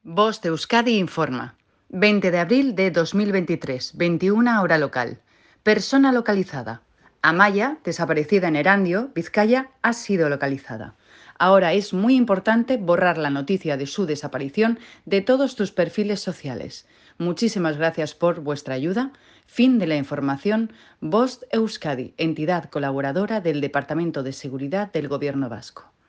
Voz de Euskadi informa. 20 de abril de 2023, 21 hora local. Persona localizada. Amaya, desaparecida en Erandio, Vizcaya, ha sido localizada. Ahora es muy importante borrar la noticia de su desaparición de todos tus perfiles sociales. Muchísimas gracias por vuestra ayuda. Fin de la información. Voz Euskadi, entidad colaboradora del Departamento de Seguridad del Gobierno Vasco.